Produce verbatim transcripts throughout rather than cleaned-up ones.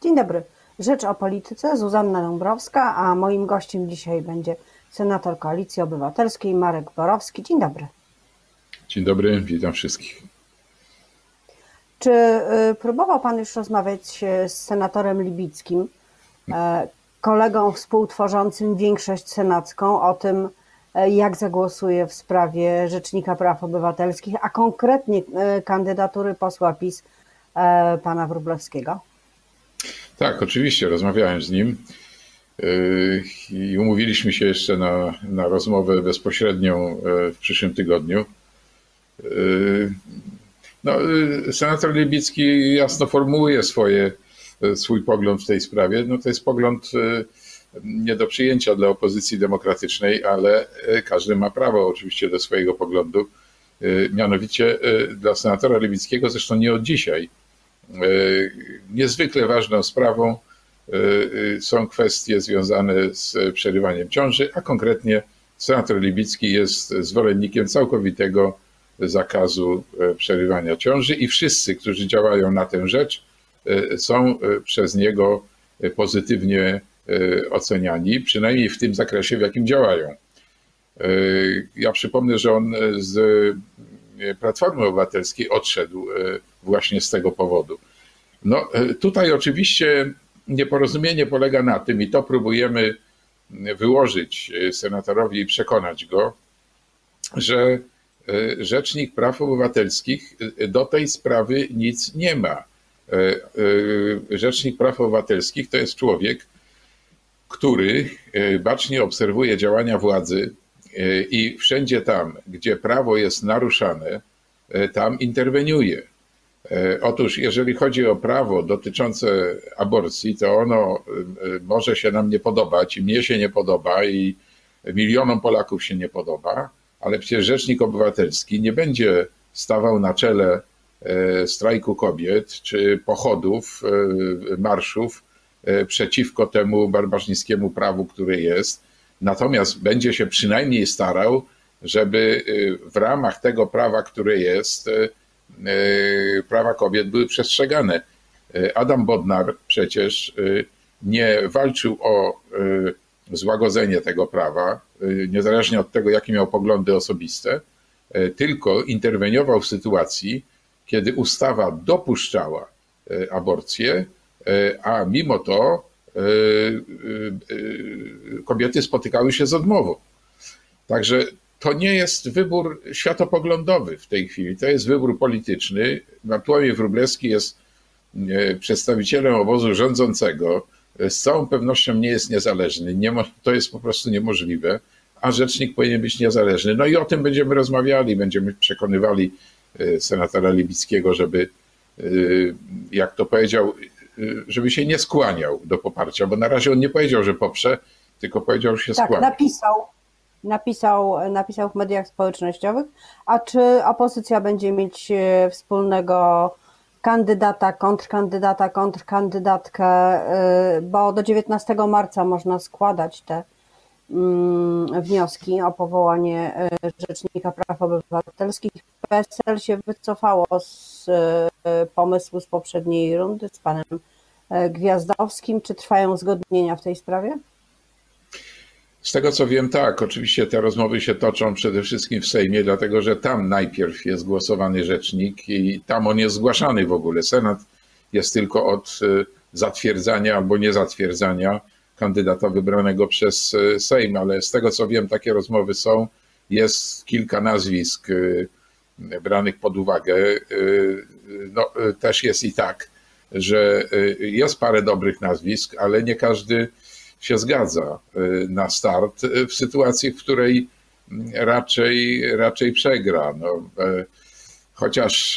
Dzień dobry. Rzecz o polityce, Zuzanna Dąbrowska, a moim gościem dzisiaj będzie senator Koalicji Obywatelskiej Marek Borowski. Dzień dobry. Dzień dobry, witam wszystkich. Czy próbował pan już rozmawiać z senatorem Libickim, kolegą współtworzącym większość senacką, o tym, jak zagłosuje w sprawie Rzecznika Praw Obywatelskich, a konkretnie kandydatury posła PiS pana Wróblewskiego? Tak, oczywiście, rozmawiałem z nim i umówiliśmy się jeszcze na, na rozmowę bezpośrednią w przyszłym tygodniu. No, senator Libicki jasno formułuje swoje, swój pogląd w tej sprawie. No, to jest pogląd nie do przyjęcia dla opozycji demokratycznej, ale każdy ma prawo oczywiście do swojego poglądu. Mianowicie dla senatora Libickiego, zresztą nie od dzisiaj, niezwykle ważną sprawą są kwestie związane z przerywaniem ciąży, a konkretnie senator Libicki jest zwolennikiem całkowitego zakazu przerywania ciąży i wszyscy, którzy działają na tę rzecz, są przez niego pozytywnie oceniani, przynajmniej w tym zakresie, w jakim działają. Ja przypomnę, że on z Platformy Obywatelskiej odszedł właśnie z tego powodu. No, tutaj oczywiście nieporozumienie polega na tym, i to próbujemy wyłożyć senatorowi i przekonać go, że Rzecznik Praw Obywatelskich do tej sprawy nic nie ma. Rzecznik Praw Obywatelskich to jest człowiek, który bacznie obserwuje działania władzy i wszędzie tam, gdzie prawo jest naruszane, tam interweniuje. Otóż jeżeli chodzi o prawo dotyczące aborcji, to ono może się nam nie podobać i mnie się nie podoba i milionom Polaków się nie podoba, ale przecież Rzecznik Obywatelski nie będzie stawał na czele strajku kobiet czy pochodów, marszów przeciwko temu barbarzyńskiemu prawu, które jest. Natomiast będzie się przynajmniej starał, żeby w ramach tego prawa, które jest, prawa kobiet były przestrzegane. Adam Bodnar przecież nie walczył o złagodzenie tego prawa, niezależnie od tego, jakie miał poglądy osobiste, tylko interweniował w sytuacji, kiedy ustawa dopuszczała aborcję, a mimo to kobiety spotykały się z odmową. Także to nie jest wybór światopoglądowy w tej chwili, to jest wybór polityczny. Bartłomiej Wróblewski jest przedstawicielem obozu rządzącego, z całą pewnością nie jest niezależny, nie ma, to jest po prostu niemożliwe, a rzecznik powinien być niezależny. No i o tym będziemy rozmawiali, będziemy przekonywali senatora Libickiego, żeby, jak to powiedział, żeby się nie skłaniał do poparcia, bo na razie on nie powiedział, że poprze, tylko powiedział, że się tak, skłania. Napisał, napisał, napisał w mediach społecznościowych. A czy opozycja będzie mieć wspólnego kandydata, kontrkandydata, kontrkandydatkę, bo do dziewiętnastego marca można składać te wnioski o powołanie Rzecznika Praw Obywatelskich. P S L się wycofało z pomysłu z poprzedniej rundy z panem Gwiazdowskim. Czy trwają uzgodnienia w tej sprawie? Z tego co wiem, tak. Oczywiście te rozmowy się toczą przede wszystkim w Sejmie, dlatego że tam najpierw jest głosowany rzecznik i tam on jest zgłaszany w ogóle. Senat jest tylko od zatwierdzania albo niezatwierdzania kandydata wybranego przez Sejm, ale z tego co wiem, takie rozmowy są. Jest kilka nazwisk branych pod uwagę. No, też jest i tak, że jest parę dobrych nazwisk, ale nie każdy się zgadza na start w sytuacji, w której raczej, raczej przegra. No, chociaż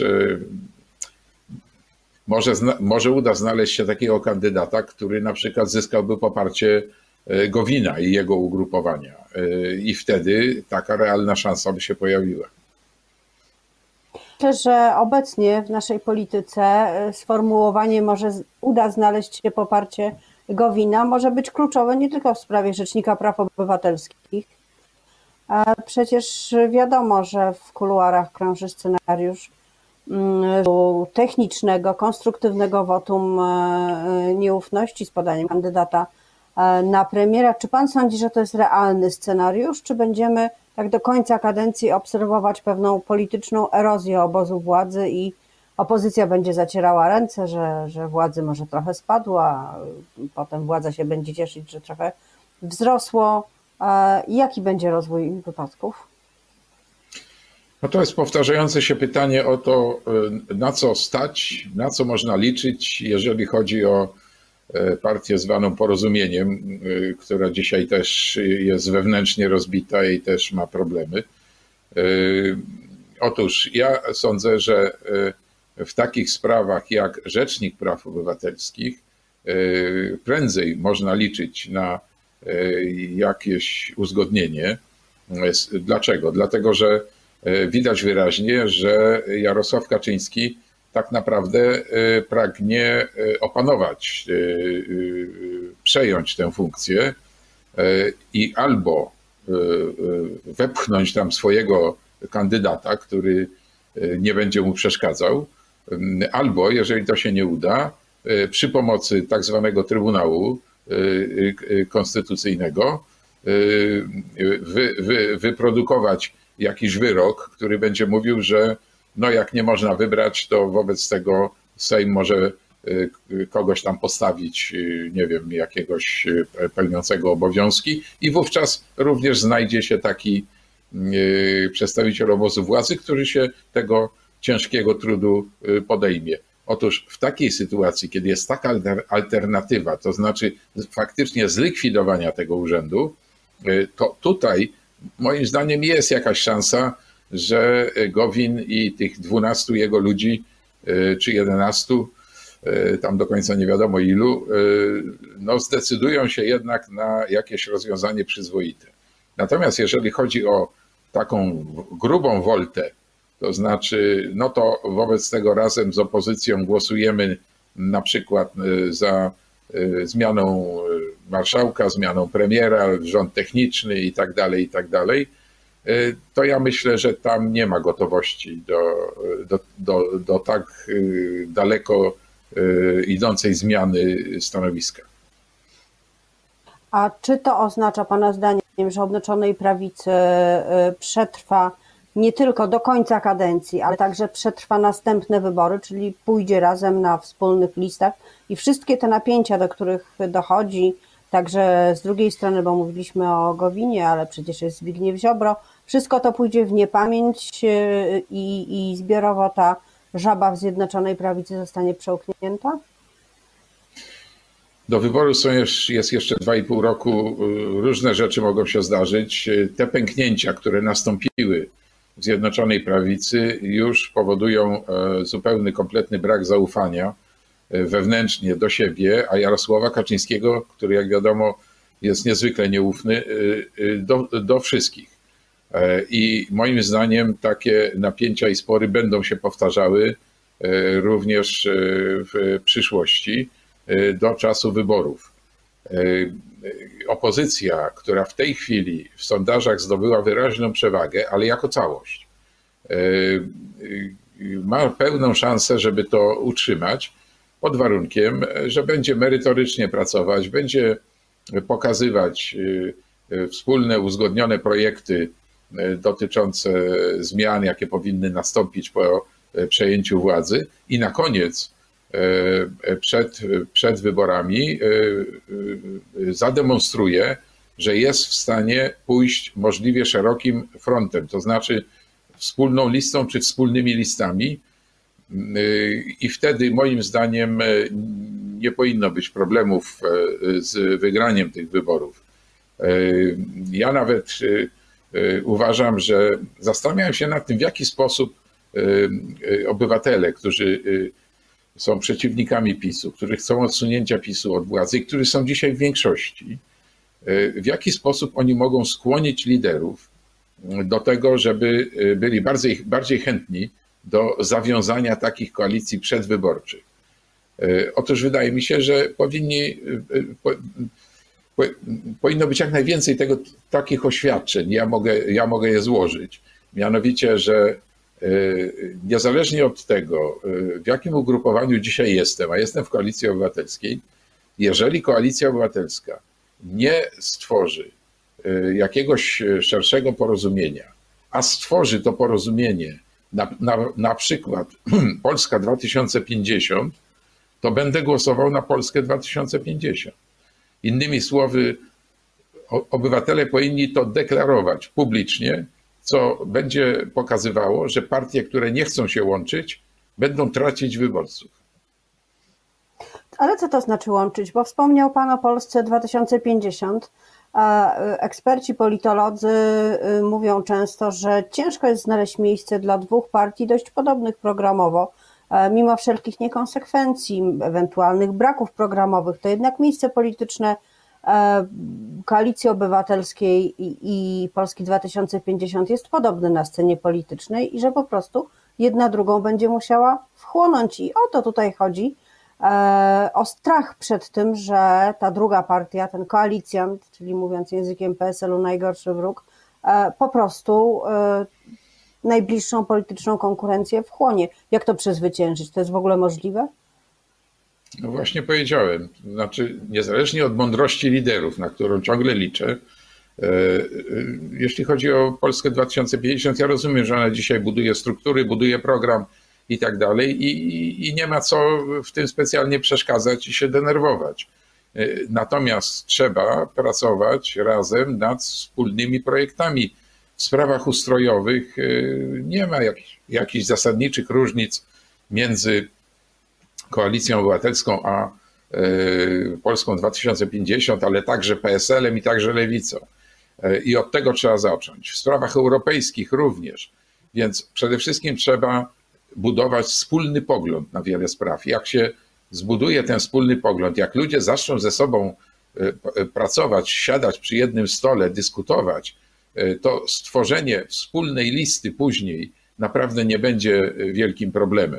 może, może uda znaleźć się takiego kandydata, który na przykład zyskałby poparcie Gowina i jego ugrupowania i wtedy taka realna szansa by się pojawiła. Myślę, że obecnie w naszej polityce sformułowanie może uda znaleźć się poparcie Gowina może być kluczowe nie tylko w sprawie Rzecznika Praw Obywatelskich. Przecież wiadomo, że w kuluarach krąży scenariusz, technicznego, konstruktywnego wotum nieufności z podaniem kandydata na premiera. Czy pan sądzi, że to jest realny scenariusz, czy będziemy tak do końca kadencji obserwować pewną polityczną erozję obozu władzy i opozycja będzie zacierała ręce, że, że władzy może trochę spadła, potem władza się będzie cieszyć, że trochę wzrosło. Jaki będzie rozwój wypadków? No to jest powtarzające się pytanie o to, na co stać, na co można liczyć, jeżeli chodzi o partię zwaną Porozumieniem, która dzisiaj też jest wewnętrznie rozbita i też ma problemy. Otóż ja sądzę, że w takich sprawach jak Rzecznik Praw Obywatelskich prędzej można liczyć na jakieś uzgodnienie. Dlaczego? Dlatego, że widać wyraźnie, że Jarosław Kaczyński tak naprawdę pragnie opanować, przejąć tę funkcję i albo wepchnąć tam swojego kandydata, który nie będzie mu przeszkadzał, albo, jeżeli to się nie uda, przy pomocy tak zwanego Trybunału Konstytucyjnego wy, wy, wyprodukować jakiś wyrok, który będzie mówił, że no jak nie można wybrać, to wobec tego Sejm może kogoś tam postawić, nie wiem, jakiegoś pełniącego obowiązki i wówczas również znajdzie się taki przedstawiciel obozu władzy, który się tego ciężkiego trudu podejmie. Otóż w takiej sytuacji, kiedy jest taka alternatywa, to znaczy faktycznie zlikwidowania tego urzędu, to tutaj moim zdaniem jest jakaś szansa, że Gowin i tych dwunastu jego ludzi, czy jedenastu, tam do końca nie wiadomo ilu, no zdecydują się jednak na jakieś rozwiązanie przyzwoite. Natomiast jeżeli chodzi o taką grubą woltę, to znaczy, no to wobec tego razem z opozycją głosujemy na przykład za zmianą marszałka, zmianą premiera, rząd techniczny i tak dalej, i tak dalej, to ja myślę, że tam nie ma gotowości do, do, do, do tak daleko idącej zmiany stanowiska. A czy to oznacza pana zdaniem, że Obnoczonej Prawicy przetrwa nie tylko do końca kadencji, ale także przetrwa następne wybory, czyli pójdzie razem na wspólnych listach i wszystkie te napięcia, do których dochodzi, także z drugiej strony, bo mówiliśmy o Gowinie, ale przecież jest Zbigniew Ziobro, wszystko to pójdzie w niepamięć i, i zbiorowo ta żaba w Zjednoczonej Prawicy zostanie przełknięta? Do wyboru są jeszcze, jest jeszcze dwa i pół roku, różne rzeczy mogą się zdarzyć. Te pęknięcia, które nastąpiły w Zjednoczonej Prawicy, już powodują zupełny, kompletny brak zaufania wewnętrznie do siebie, a Jarosława Kaczyńskiego, który jak wiadomo jest niezwykle nieufny, do, do wszystkich. I moim zdaniem takie napięcia i spory będą się powtarzały również w przyszłości do czasu wyborów. Opozycja, która w tej chwili w sondażach zdobyła wyraźną przewagę, ale jako całość, ma pełną szansę, żeby to utrzymać, pod warunkiem, że będzie merytorycznie pracować, będzie pokazywać wspólne, uzgodnione projekty dotyczące zmian, jakie powinny nastąpić po przejęciu władzy i na koniec przed, przed wyborami zademonstruje, że jest w stanie pójść możliwie szerokim frontem, to znaczy wspólną listą czy wspólnymi listami i wtedy moim zdaniem nie powinno być problemów z wygraniem tych wyborów. Ja nawet uważam, że zastanawiam się nad tym, w jaki sposób obywatele, którzy są przeciwnikami PiSu, którzy chcą odsunięcia PiSu od władzy i którzy są dzisiaj w większości, w jaki sposób oni mogą skłonić liderów do tego, żeby byli bardziej, bardziej chętni do zawiązania takich koalicji przedwyborczych. Otóż wydaje mi się, że powinni, po, po, powinno być jak najwięcej tego, takich oświadczeń. Ja mogę, ja mogę je złożyć. Mianowicie, że Niezależnie od tego, w jakim ugrupowaniu dzisiaj jestem, a jestem w Koalicji Obywatelskiej, jeżeli Koalicja Obywatelska nie stworzy jakiegoś szerszego porozumienia, a stworzy to porozumienie na, na, na przykład Polska dwa tysiące pięćdziesiąt, to będę głosował na Polskę dwa tysiące pięćdziesiąt. Innymi słowy, obywatele powinni to deklarować publicznie, co będzie pokazywało, że partie, które nie chcą się łączyć, będą tracić wyborców. Ale co to znaczy łączyć? Bo wspomniał Pan o Polsce dwa tysiące pięćdziesiąt. Eksperci, politolodzy mówią często, że ciężko jest znaleźć miejsce dla dwóch partii dość podobnych programowo, mimo wszelkich niekonsekwencji, ewentualnych braków programowych, to jednak miejsce polityczne Koalicji Obywatelskiej i, i Polski dwa tysiące pięćdziesiąt jest podobne na scenie politycznej i że po prostu jedna drugą będzie musiała wchłonąć. I o to tutaj chodzi, o strach przed tym, że ta druga partia, ten koalicjant, czyli mówiąc językiem P S L-u najgorszy wróg, po prostu najbliższą polityczną konkurencję wchłonie. Jak to przezwyciężyć? To jest w ogóle możliwe? No właśnie powiedziałem, znaczy niezależnie od mądrości liderów, na którą ciągle liczę, jeśli chodzi o Polskę dwa tysiące pięćdziesiąt, ja rozumiem, że ona dzisiaj buduje struktury, buduje program i tak dalej i, i nie ma co w tym specjalnie przeszkadzać i się denerwować. Natomiast trzeba pracować razem nad wspólnymi projektami. W sprawach ustrojowych nie ma jak, jakichś zasadniczych różnic między Koalicją Obywatelską a Polską dwa tysiące pięćdziesiąt, ale także P S L-em i także Lewicą. I od tego trzeba zacząć. W sprawach europejskich również. Więc przede wszystkim trzeba budować wspólny pogląd na wiele spraw. Jak się zbuduje ten wspólny pogląd, jak ludzie zaczną ze sobą pracować, siadać przy jednym stole, dyskutować, to stworzenie wspólnej listy później naprawdę nie będzie wielkim problemem.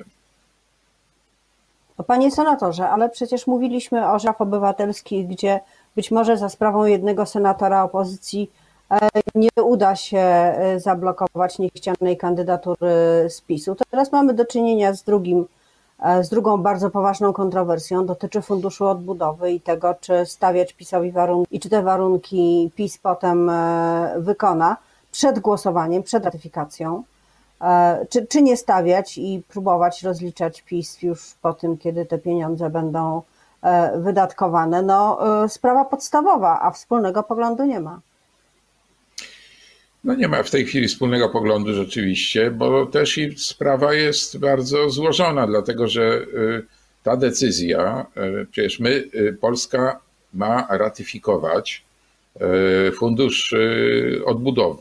Panie senatorze, ale przecież mówiliśmy o rzeczach obywatelskich, gdzie być może za sprawą jednego senatora opozycji nie uda się zablokować niechcianej kandydatury z PiS-u. Teraz mamy do czynienia z drugim, z drugą bardzo poważną kontrowersją, dotyczy Funduszu Odbudowy i tego, czy stawiać PiS-owi warunki i czy te warunki PiS potem wykona przed głosowaniem, przed ratyfikacją. Czy, czy nie stawiać i próbować rozliczać PiS już po tym, kiedy te pieniądze będą wydatkowane. No, sprawa podstawowa, a wspólnego poglądu nie ma. No nie ma w tej chwili wspólnego poglądu rzeczywiście, bo też i sprawa jest bardzo złożona, dlatego że ta decyzja, przecież my, Polska ma ratyfikować Fundusz Odbudowy.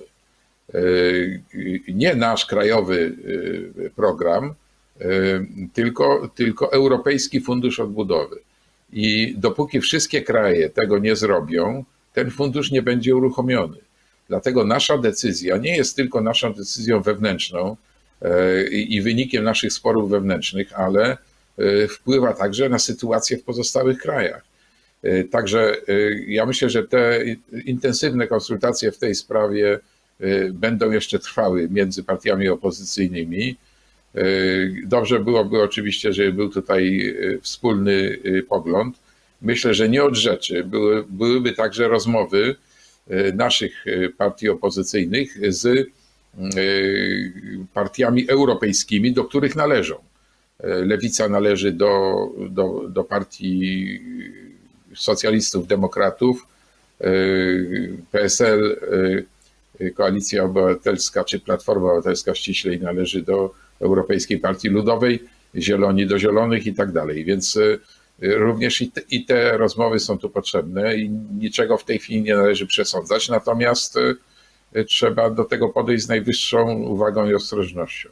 Nie nasz krajowy program, tylko, tylko Europejski Fundusz Odbudowy. I dopóki wszystkie kraje tego nie zrobią, ten fundusz nie będzie uruchomiony. Dlatego nasza decyzja nie jest tylko naszą decyzją wewnętrzną i wynikiem naszych sporów wewnętrznych, ale wpływa także na sytuację w pozostałych krajach. Także ja myślę, że te intensywne konsultacje w tej sprawie będą jeszcze trwały między partiami opozycyjnymi. Dobrze byłoby oczywiście, żeby był tutaj wspólny pogląd. Myślę, że nie od rzeczy. Były, byłyby także rozmowy naszych partii opozycyjnych z partiami europejskimi, do których należą. Lewica należy do, do, do partii socjalistów, demokratów, P S L, Koalicja Obywatelska czy Platforma Obywatelska ściślej należy do Europejskiej Partii Ludowej, Zieloni do Zielonych i tak dalej. Więc również i te, i te rozmowy są tu potrzebne i niczego w tej chwili nie należy przesądzać, natomiast trzeba do tego podejść z najwyższą uwagą i ostrożnością.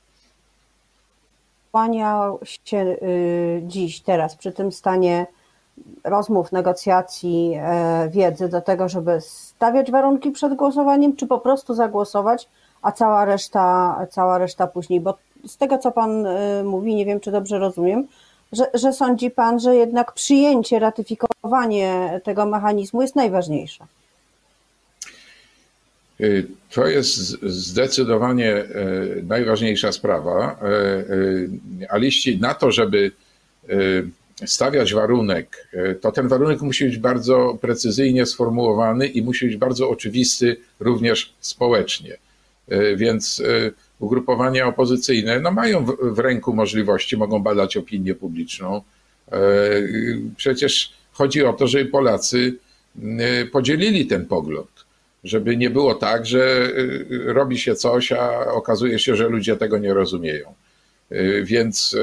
Kłaniał się dziś, teraz przy tym stanie rozmów, negocjacji, wiedzy do tego, żeby stawiać warunki przed głosowaniem, czy po prostu zagłosować, a cała reszta, cała reszta później, bo z tego, co Pan mówi, nie wiem, czy dobrze rozumiem, że, że sądzi Pan, że jednak przyjęcie, ratyfikowanie tego mechanizmu jest najważniejsze. To jest zdecydowanie najważniejsza sprawa. Aliści na to, żeby stawiać warunek, to ten warunek musi być bardzo precyzyjnie sformułowany i musi być bardzo oczywisty również społecznie. Więc ugrupowania opozycyjne no mają w ręku możliwości, mogą badać opinię publiczną. Przecież chodzi o to, żeby Polacy podzielili ten pogląd. Żeby nie było tak, że robi się coś, a okazuje się, że ludzie tego nie rozumieją. Więc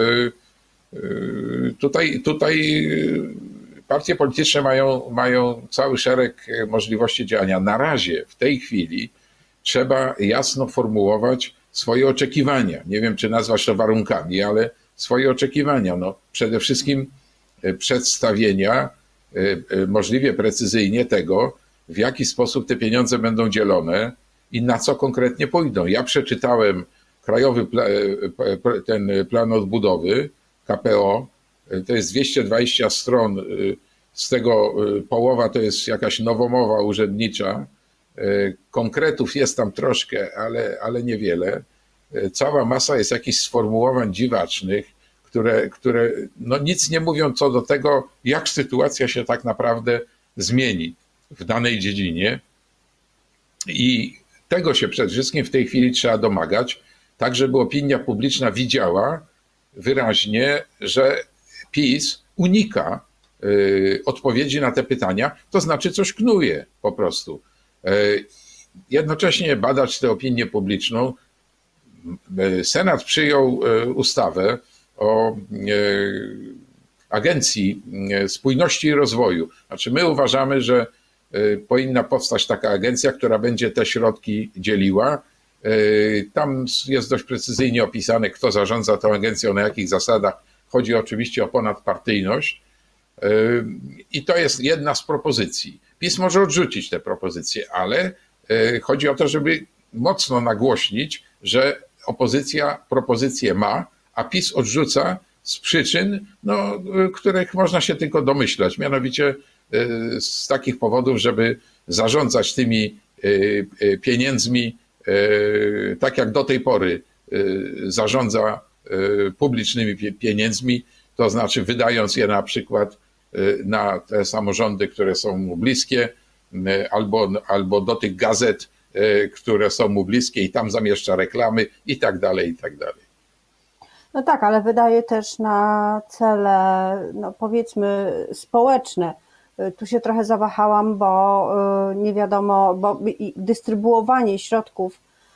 tutaj, tutaj partie polityczne mają, mają cały szereg możliwości działania. Na razie, w tej chwili, trzeba jasno formułować swoje oczekiwania. Nie wiem, czy nazwać to warunkami, ale swoje oczekiwania. No, przede wszystkim przedstawienia możliwie precyzyjnie tego, w jaki sposób te pieniądze będą dzielone i na co konkretnie pójdą. Ja przeczytałem krajowy pla, ten plan odbudowy, K P O, to jest dwieście dwadzieścia stron, z tego połowa to jest jakaś nowomowa urzędnicza, konkretów jest tam troszkę, ale, ale niewiele. Cała masa jest jakichś sformułowań dziwacznych, które, które no nic nie mówią co do tego, jak sytuacja się tak naprawdę zmieni w danej dziedzinie i tego się przede wszystkim w tej chwili trzeba domagać, tak żeby opinia publiczna widziała wyraźnie, że PiS unika y, odpowiedzi na te pytania, to znaczy coś knuje po prostu. Y, jednocześnie badać tę opinię publiczną. Senat przyjął ustawę o y, Agencji Spójności i Rozwoju. Znaczy my uważamy, że powinna powstać taka agencja, która będzie te środki dzieliła. Tam jest dość precyzyjnie opisane, kto zarządza tą agencją, na jakich zasadach. Chodzi oczywiście o ponadpartyjność. I to jest jedna z propozycji. PiS może odrzucić te propozycje, ale chodzi o to, żeby mocno nagłośnić, że opozycja propozycje ma, a PiS odrzuca z przyczyn, no, których można się tylko domyślać. Mianowicie z takich powodów, żeby zarządzać tymi pieniędzmi tak jak do tej pory zarządza publicznymi pieniędzmi, to znaczy wydając je na przykład na te samorządy, które są mu bliskie, albo, albo do tych gazet, które są mu bliskie i tam zamieszcza reklamy i tak dalej, i tak dalej. No tak, ale wydaje też na cele, no powiedzmy, społeczne. Tu się trochę zawahałam, bo nie wiadomo, bo dystrybuowanie środków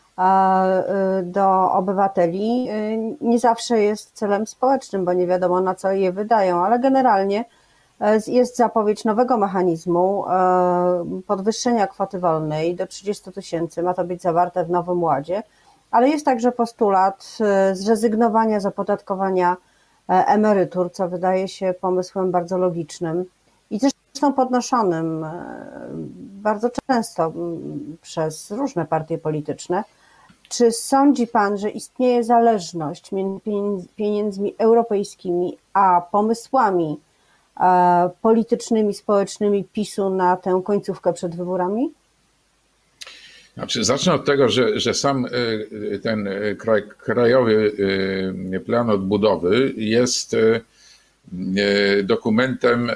do obywateli nie zawsze jest celem społecznym, bo nie wiadomo, na co je wydają, ale generalnie jest zapowiedź nowego mechanizmu podwyższenia kwoty wolnej do trzydziestu tysięcy, ma to być zawarte w Nowym Ładzie, ale jest także postulat zrezygnowania z opodatkowania emerytur, co wydaje się pomysłem bardzo logicznym i zresztą podnoszonym bardzo często przez różne partie polityczne. Czy sądzi Pan, że istnieje zależność między pieniędzmi europejskimi a pomysłami politycznymi, społecznymi PiSu na tę końcówkę przed wyborami? Znaczy, zacznę od tego, że, że sam ten kraj, krajowy plan odbudowy jest dokumentem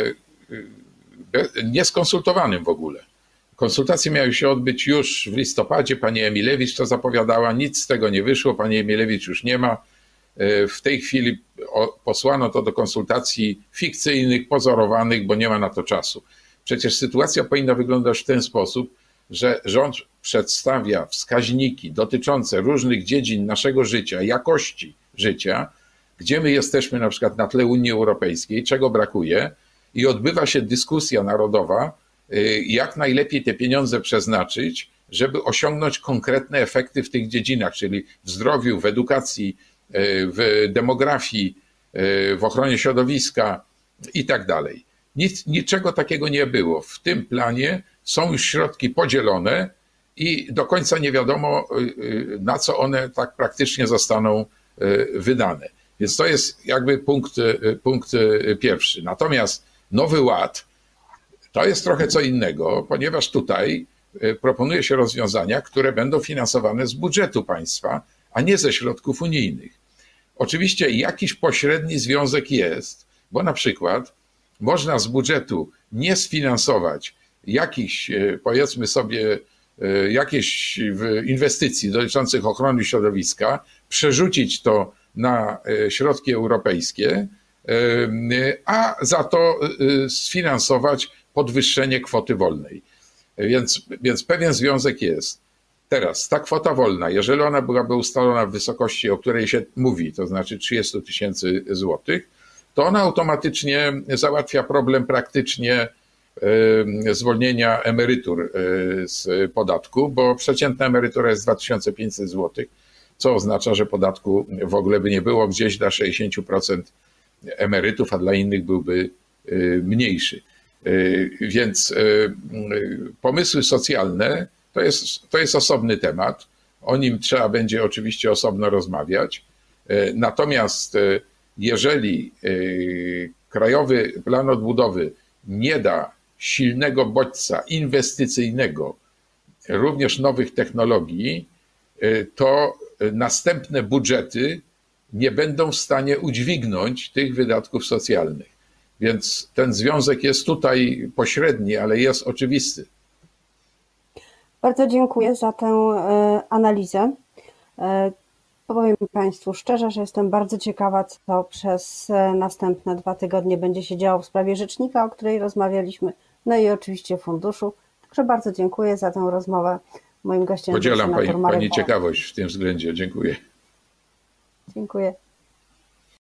nieskonsultowanym w ogóle. Konsultacje miały się odbyć już w listopadzie, pani Emilewicz to zapowiadała, nic z tego nie wyszło, pani Emilewicz już nie ma. W tej chwili posłano to do konsultacji fikcyjnych, pozorowanych, bo nie ma na to czasu. Przecież sytuacja powinna wyglądać w ten sposób, że rząd przedstawia wskaźniki dotyczące różnych dziedzin naszego życia, jakości życia, gdzie my jesteśmy na przykład na tle Unii Europejskiej, czego brakuje i odbywa się dyskusja narodowa, jak najlepiej te pieniądze przeznaczyć, żeby osiągnąć konkretne efekty w tych dziedzinach, czyli w zdrowiu, w edukacji, w demografii, w ochronie środowiska i tak dalej. Nic, niczego takiego nie było. W tym planie są już środki podzielone i do końca nie wiadomo, na co one tak praktycznie zostaną wydane. Więc to jest jakby punkt, punkt pierwszy. Natomiast Nowy Ład to jest trochę co innego, ponieważ tutaj proponuje się rozwiązania, które będą finansowane z budżetu państwa, a nie ze środków unijnych. Oczywiście jakiś pośredni związek jest, bo na przykład można z budżetu nie sfinansować jakichś, powiedzmy sobie, jakichś inwestycji dotyczących ochrony środowiska, przerzucić to na środki europejskie, a za to sfinansować podwyższenie kwoty wolnej. Więc, więc pewien związek jest. Teraz ta kwota wolna, jeżeli ona byłaby ustalona w wysokości, o której się mówi, to znaczy trzydzieści tysięcy złotych, to ona automatycznie załatwia problem praktycznie zwolnienia emerytur z podatku, bo przeciętna emerytura jest dwa tysiące pięćset złotych, co oznacza, że podatku w ogóle by nie było gdzieś dla sześćdziesięciu procent emerytów, a dla innych byłby mniejszy. Więc pomysły socjalne to jest, to jest osobny temat. O nim trzeba będzie oczywiście osobno rozmawiać. Natomiast jeżeli Krajowy Plan Odbudowy nie da silnego bodźca inwestycyjnego, również nowych technologii, to następne budżety nie będą w stanie udźwignąć tych wydatków socjalnych. Więc ten związek jest tutaj pośredni, ale jest oczywisty. Bardzo dziękuję za tę analizę. Powiem Państwu szczerze, że jestem bardzo ciekawa, co przez następne dwa tygodnie będzie się działo w sprawie rzecznika, o której rozmawialiśmy, no i oczywiście funduszu. Także bardzo dziękuję za tę rozmowę. Moim gościem Podzielam był senator Pani, Marek Pani ciekawość w tym względzie. Dziękuję. Dziękuję.